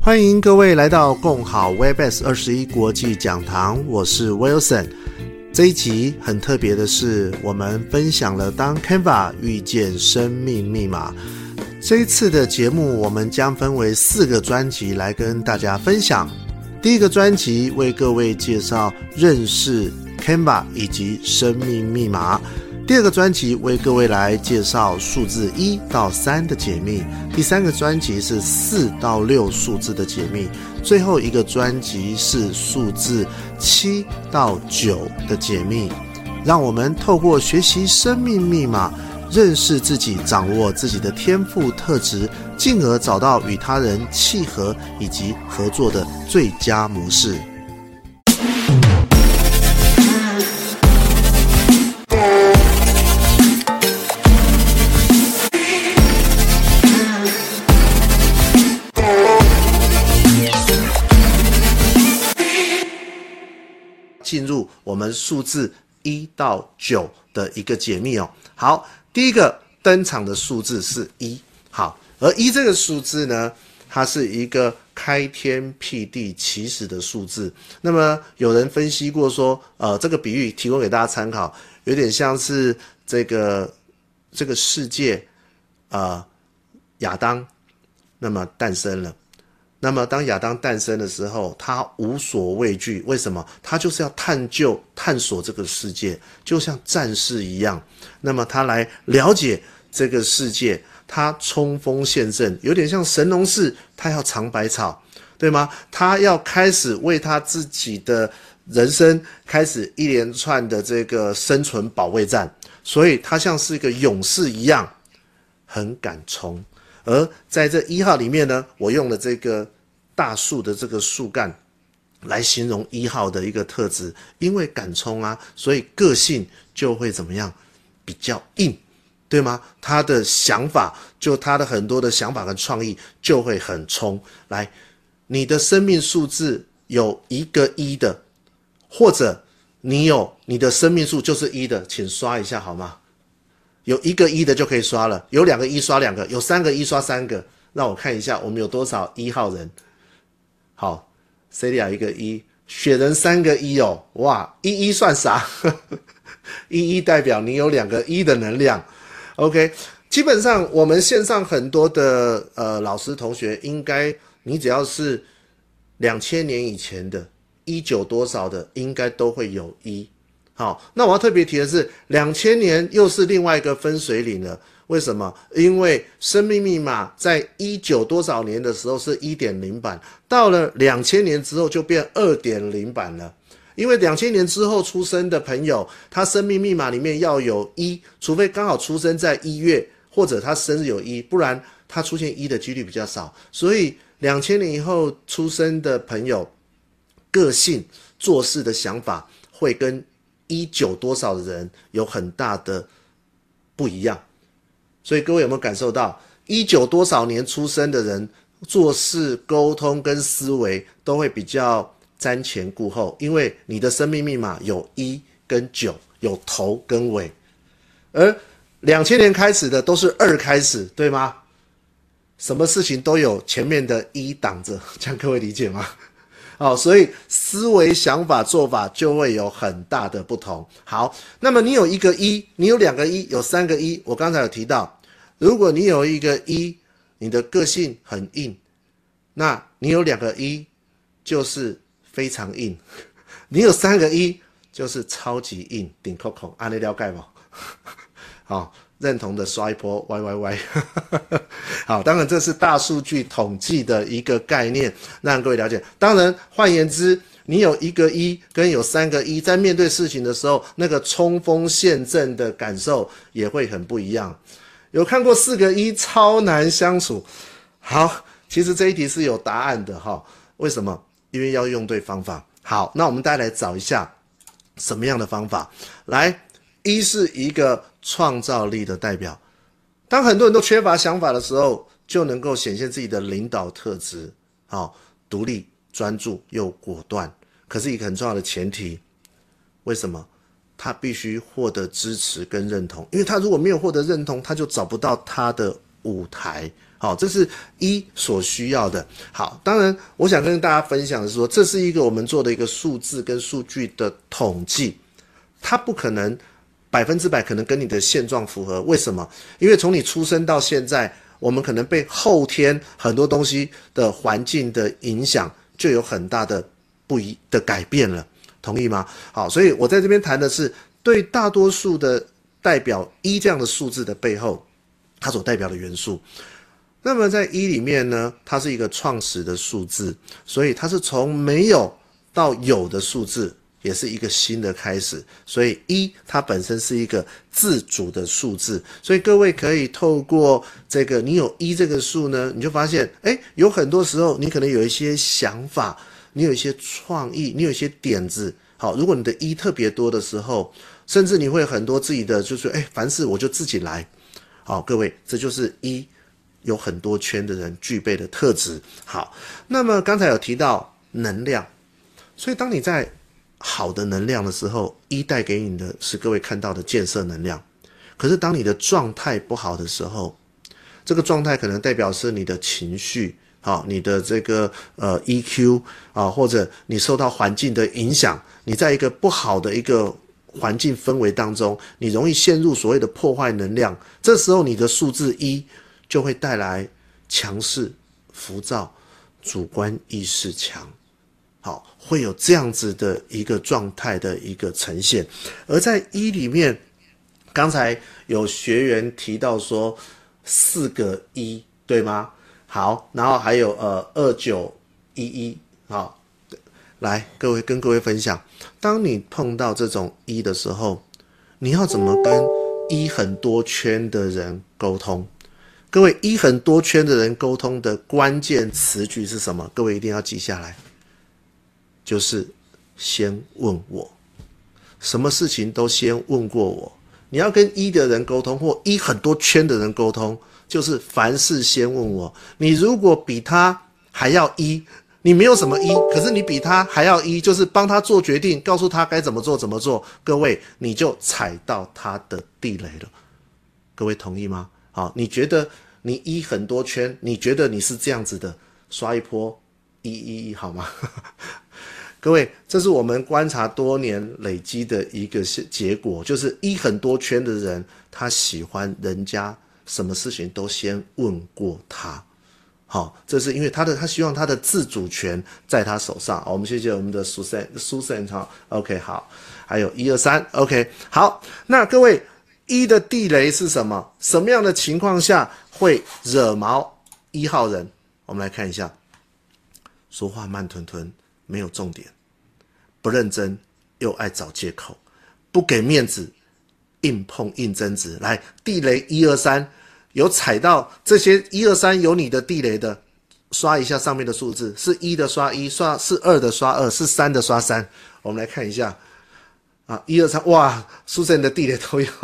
欢迎各位来到共好 Webex 21国际讲堂，我是 Wilson。这一集很特别的是，我们分享了当 Canva 遇见生命密码。这一次的节目我们将分为4个专辑来跟大家分享。第一个专辑为各位介绍认识 Canva 以及生命密码。第二个专辑为各位来介绍数字1到3的解密，第三个专辑是4到6数字的解密，最后一个专辑是数字7到9的解密。让我们透过学习生命密码，认识自己，掌握自己的天赋特质，进而找到与他人契合以及合作的最佳模式。进入我们数字1到9的一个解密哦。好，第一个登场的数字是1。好，而1这个数字呢，它是一个开天辟地起始的数字。那么有人分析过说，这个比喻提供给大家参考，有点像是这个世界，亚当那么诞生了。那么当亚当诞生的时候，他无所畏惧，为什么？他就是要探索这个世界，就像战士一样。那么他来了解这个世界，他冲锋陷阵，有点像神农氏，他要尝百草，对吗？他要开始为他自己的人生开始一连串的这个生存保卫战，所以他像是一个勇士一样，很敢冲。而在这1号里面呢，我用了这个大树的这个树干来形容1号的一个特质，因为敢冲啊，所以个性就会怎么样？比较硬，对吗？他的想法，就他的很多的想法跟创意就会很冲。来，你的生命数字有一个1的，或者你的生命数就是1的，请刷一下好吗？有一个1的就可以刷了，有2个1刷2个，有3个1刷3个。让我看一下我们有多少1号人。好 Celia 一个1，雪人3个1哦，哇，11算啥11代表你有2个1的能量。 OK， 基本上我们线上很多的老师同学，应该你只要是2000年以前的19多少的，应该都会有1。好，那我要特别提的是2000年又是另外一个分水岭了。为什么？因为生命密码在19多少年的时候是 1.0 版，到了2000年之后就变 2.0 版了。因为2000年之后出生的朋友，他生命密码里面要有1，除非刚好出生在1月，或者他生日有1，不然他出现1的几率比较少。所以2000年以后出生的朋友，个性做事的想法会跟19多少的人有很大的不一样。所以各位有没有感受到19多少年出生的人做事沟通跟思维都会比较瞻前顾后，因为你的生命密码有1跟9，有头跟尾。而2000年开始的都是2开始，对吗？什么事情都有前面的1挡着，这样各位理解吗？所以思维想法做法就会有很大的不同。好，那么你有一个1，你有2个1，有3个1，我刚才有提到，如果你有一个1，你的个性很硬，那你有2个1就是非常硬，你有3个1就是超级硬，顶扣扣，这样了解吗？好，认同的刷一波 YYY 好，当然这是大数据统计的一个概念，让各位了解。当然换言之，你有1个1跟有3个1，在面对事情的时候，那个冲锋陷阵的感受也会很不一样。有看过4个1超难相处？好，其实这一题是有答案的哈。为什么？因为要用对方法。好，那我们大家来找一下什么样的方法。来，1是一个创造力的代表，当很多人都缺乏想法的时候，就能够显现自己的领导特质。独立、专注又果断。可是一个很重要的前提，为什么？他必须获得支持跟认同，因为他如果没有获得认同，他就找不到他的舞台。好，这是一所需要的。好，当然我想跟大家分享的是说，这是一个我们做的一个数字跟数据的统计，它不可能100%可能跟你的现状符合。为什么？因为从你出生到现在，我们可能被后天很多东西的环境的影响，就有很大的改变了，同意吗？好，所以我在这边谈的是对大多数的代表一这样的数字的背后，它所代表的元素。那么在一里面呢，它是一个创始的数字，所以它是从没有到有的数字，也是一个新的开始。所以一它本身是一个自主的数字，所以各位可以透过这个你有一这个数呢，你就发现有很多时候你可能有一些想法，你有一些创意，你有一些点子。好，如果你的一特别多的时候，甚至你会很多自己的就是凡事我就自己来。好，各位，这就是一有很多圈的人具备的特质。好，那么刚才有提到能量，所以当你在好的能量的时候，一带给你的是各位看到的建设能量。可是当你的状态不好的时候，这个状态可能代表是你的情绪，你的这个EQ 或者你受到环境的影响，你在一个不好的一个环境氛围当中，你容易陷入所谓的破坏能量。这时候你的数字一就会带来强势、浮躁、主观意识强。好，会有这样子的一个状态的一个呈现。而在一里面，刚才有学员提到说4个一，对吗？好，然后还有2911。好，来跟各位分享，当你碰到这种一的时候，你要怎么跟一很多圈的人沟通？各位，一很多圈的人沟通的关键词句是什么？各位一定要记下来，就是先问我，什么事情都先问过我。你要跟一的人沟通，或一很多圈的人沟通，就是凡事先问我。你如果比他还要一，你没有什么一，可是你比他还要一，就是帮他做决定，告诉他该怎么做怎么做，各位你就踩到他的地雷了。各位同意吗？好，你觉得你一很多圈，你觉得你是这样子的，刷一波111好吗？各位，这是我们观察多年累积的一个结果，就是一很多圈的人，他喜欢人家什么事情都先问过他。好，这是因为他希望他的自主权在他手上。我们谢谢我们的 Susan 哈 ，OK 好，还有123 OK 好，那各位一的地雷是什么？什么样的情况下会惹毛1号人？我们来看一下，说话慢吞吞，没有重点，不认真又爱找借口，不给面子，硬碰硬争执。来，地雷123。有踩到这些123有你的地雷的，刷一下上面的数字，是1的刷1，是2的刷2，是3的刷3。我们来看一下啊，123，哇，Susan的地雷都有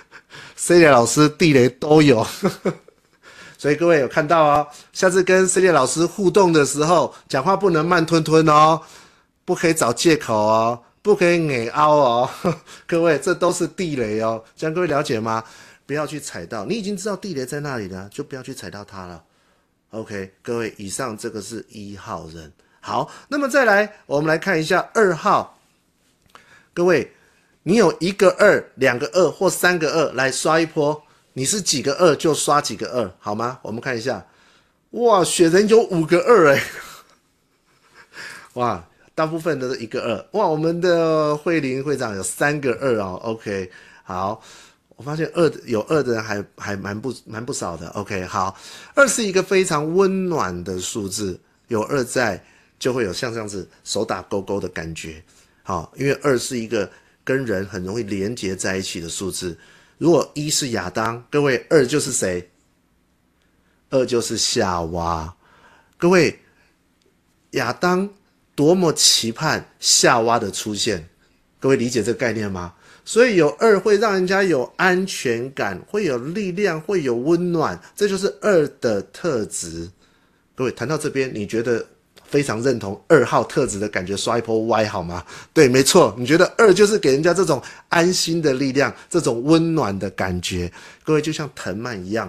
，Celia 老师地雷都有，所以各位有看到哦，下次跟 Celia 老师互动的时候，讲话不能慢吞吞哦，不可以找借口哦，不可以硬凹哦，各位这都是地雷哦，这样各位了解吗？不要去踩到，你已经知道地雷在那里了，就不要去踩到它了。OK， 各位，以上这个是1号人。好，那么再来，我们来看一下2号。各位，你有1个2、2个2或3个2来刷一波，你是几个2就刷几个2，好吗？我们看一下，哇，雪人有5个2哇，大部分都是1个2，哇，我们的慧玲会长有3个2哦。OK， 好。我发现有2的人还蛮不少的。OK， 好，2是一个非常温暖的数字，有2在就会有像这样子手打勾勾的感觉。好，因为2是一个跟人很容易连结在一起的数字。如果1是亚当，各位2就是谁？2就是夏娃。各位，亚当多么期盼夏娃的出现，各位理解这个概念吗？所以有2会让人家有安全感，会有力量，会有温暖，这就是2的特质。各位谈到这边，你觉得非常认同2号特质的感觉，刷一波 Y 好吗？对，没错，你觉得2就是给人家这种安心的力量，这种温暖的感觉。各位就像藤蔓一样，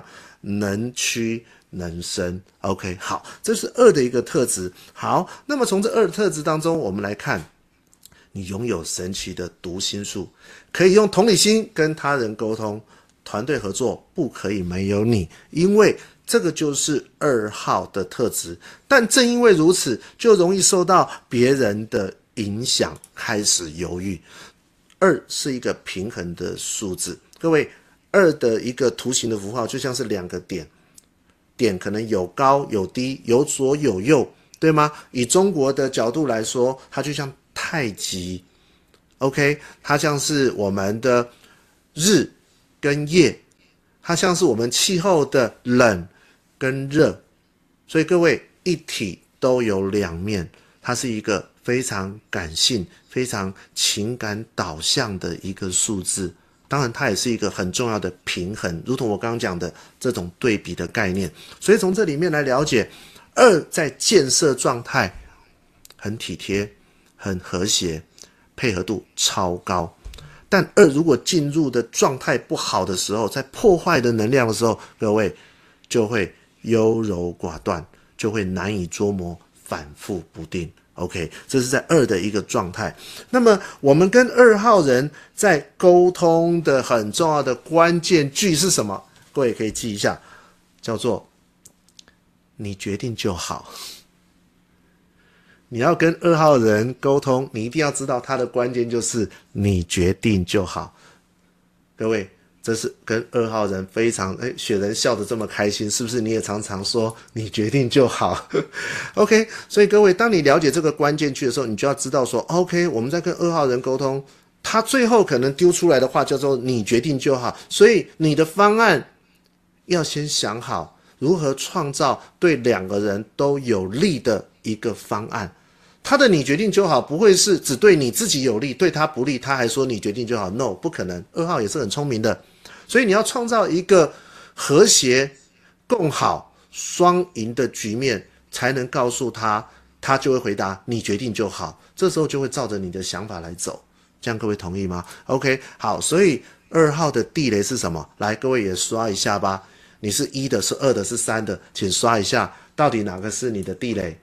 能屈能伸。OK， 好，这是2的一个特质。好，那么从这2的特质当中，我们来看，你拥有神奇的读心术，可以用同理心跟他人沟通，团队合作不可以没有你，因为这个就是2号的特质。但正因为如此，就容易受到别人的影响，开始犹豫。2是一个平衡的数字，各位，2的一个图形的符号就像是2个点，点可能有高有低，有左有右，对吗？以中国的角度来说，它就像太极 ，OK， 它像是我们的日跟夜，它像是我们气候的冷跟热，所以各位，一体都有2面，它是一个非常感性、非常情感导向的一个数字。当然，它也是一个很重要的平衡，如同我刚刚讲的这种对比的概念。所以从这里面来了解，2在建设状态很体贴、很和谐，配合度超高。但2如果进入的状态不好的时候，在破坏的能量的时候，各位就会优柔寡断，就会难以捉摸，反复不定。OK， 这是在2的一个状态。那么我们跟2号人在沟通的很重要的关键句是什么？各位可以记一下，叫做你决定就好。你要跟2号人沟通，你一定要知道他的关键就是你决定就好。各位，这是跟2号人非常雪人笑得这么开心，是不是你也常常说你决定就好？OK， 所以各位，当你了解这个关键句的时候，你就要知道说 OK， 我们在跟2号人沟通，他最后可能丢出来的话叫做你决定就好，所以你的方案要先想好如何创造对2个人都有利的一个方案。他的你决定就好不会是只对你自己有利，对他不利他还说你决定就好， No， 不可能。2号也是很聪明的，所以你要创造一个和谐共好双赢的局面，才能告诉他，他就会回答你决定就好，这时候就会照着你的想法来走。这样各位同意吗？ OK， 好，所以2号的地雷是什么？来，各位也刷一下吧。你是1的，是2的，是3的，请刷一下，到底哪个是你的地雷？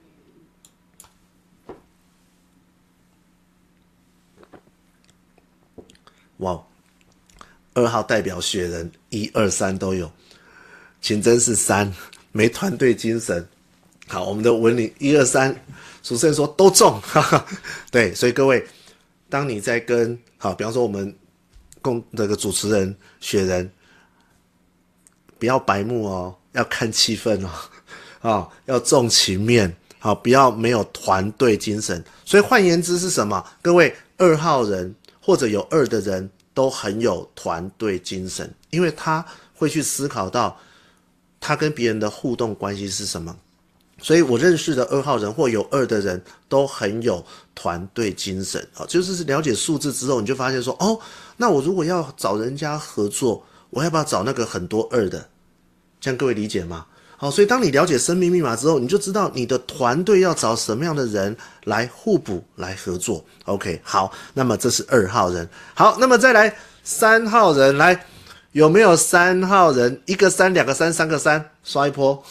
哇，2号代表雪人，1、2、3都有，请真是3，没团队精神。好，我们的文理1、2、3，主持人说都中，哈哈。对，所以各位，当你在跟比方说我们这个主持人雪人，不要白目哦，要看气氛哦，要重情面，好，不要没有团队精神。所以换言之是什么？各位2号人或者有2的人都很有团队精神，因为他会去思考到他跟别人的互动关系是什么。所以我认识的2号人或有2的人都很有团队精神。就是了解数字之后，你就发现说，那我如果要找人家合作，我要不要找那个很多2的？这样各位理解吗？好，所以当你了解生命密码之后，你就知道你的团队要找什么样的人来互补、来合作。OK， 好，那么这是2号人。好，那么再来3号人，来，有没有3号人？1个3、2个3、3个3，刷一波。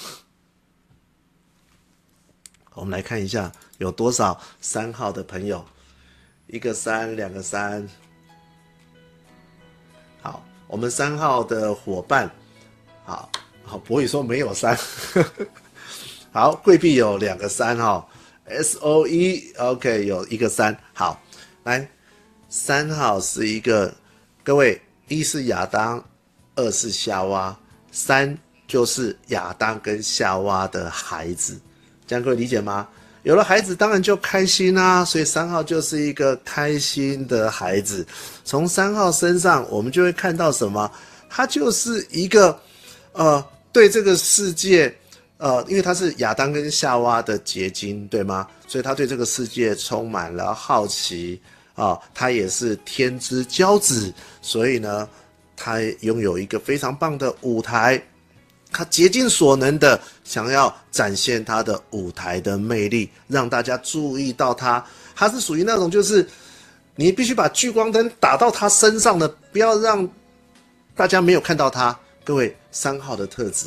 我们来看一下有多少3号的朋友，1个3、2个3。好，我们3号的伙伴，好，博宇说没有3，好，贵币有2个3哈，SOE OK 有1个3，好，来3号是一个，各位1是亚当，2是夏娃，3就是亚当跟夏娃的孩子，这样各位理解吗？有了孩子当然就开心啊，所以3号就是一个开心的孩子。从3号身上我们就会看到什么？他就是一个对这个世界因为他是亚当跟夏娃的结晶，对吗？所以他对这个世界充满了好奇他也是天之骄子，所以呢他拥有一个非常棒的舞台，他竭尽所能的想要展现他的舞台的魅力，让大家注意到他。他是属于那种就是你必须把聚光灯打到他身上的，不要让大家没有看到他。各位3号的特质，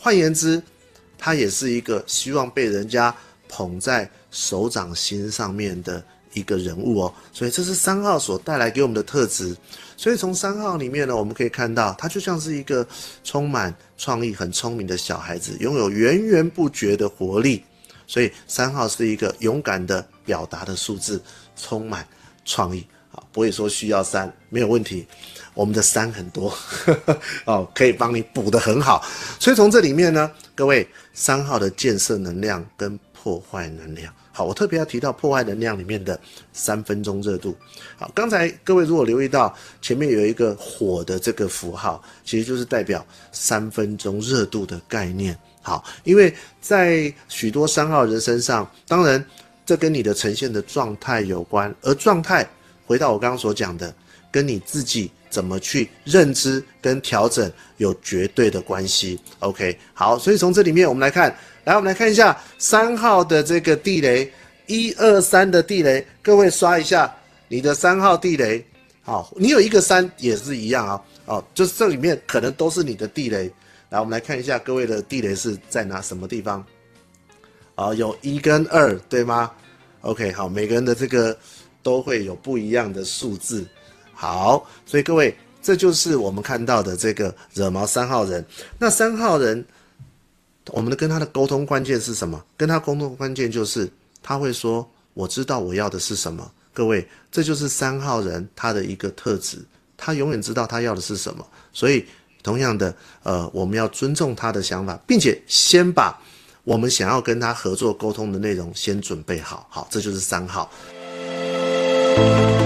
换言之，他也是一个希望被人家捧在手掌心上面的一个人物哦。所以这是3号所带来给我们的特质。所以从3号里面呢，我们可以看到他就像是一个充满创意很聪明的小孩子，拥有源源不绝的活力。所以3号是一个勇敢的表达的数字，充满创意。不会说需要3，没有问题，我们的3很多可以帮你补得很好。所以从这里面呢，各位3号的建设能量跟破坏能量。好，我特别要提到破坏能量里面的3分钟热度。好，刚才各位如果留意到前面有一个火的这个符号，其实就是代表3分钟热度的概念。好，因为在许多3号人身上，当然这跟你的呈现的状态有关，而状态回到我刚刚所讲的，跟你自己怎么去认知跟调整有绝对的关系。OK， 好，所以从这里面我们来看，我们来看一下3号的这个地雷，1、2、3的地雷，各位刷一下你的3号地雷。好，你有一个3也是一样啊，就是这里面可能都是你的地雷。来，我们来看一下各位的地雷是在什么地方？有1跟2，对吗 ？OK， 好，每个人的这个都会有不一样的数字。好，所以各位，这就是我们看到的这个惹毛3号人。那3号人，我们跟他的沟通关键是什么？跟他沟通关键就是他会说：“我知道我要的是什么。”各位，这就是3号人他的一个特质，他永远知道他要的是什么。所以，同样的，我们要尊重他的想法，并且先把我们想要跟他合作沟通的内容先准备好。好，这就是3号。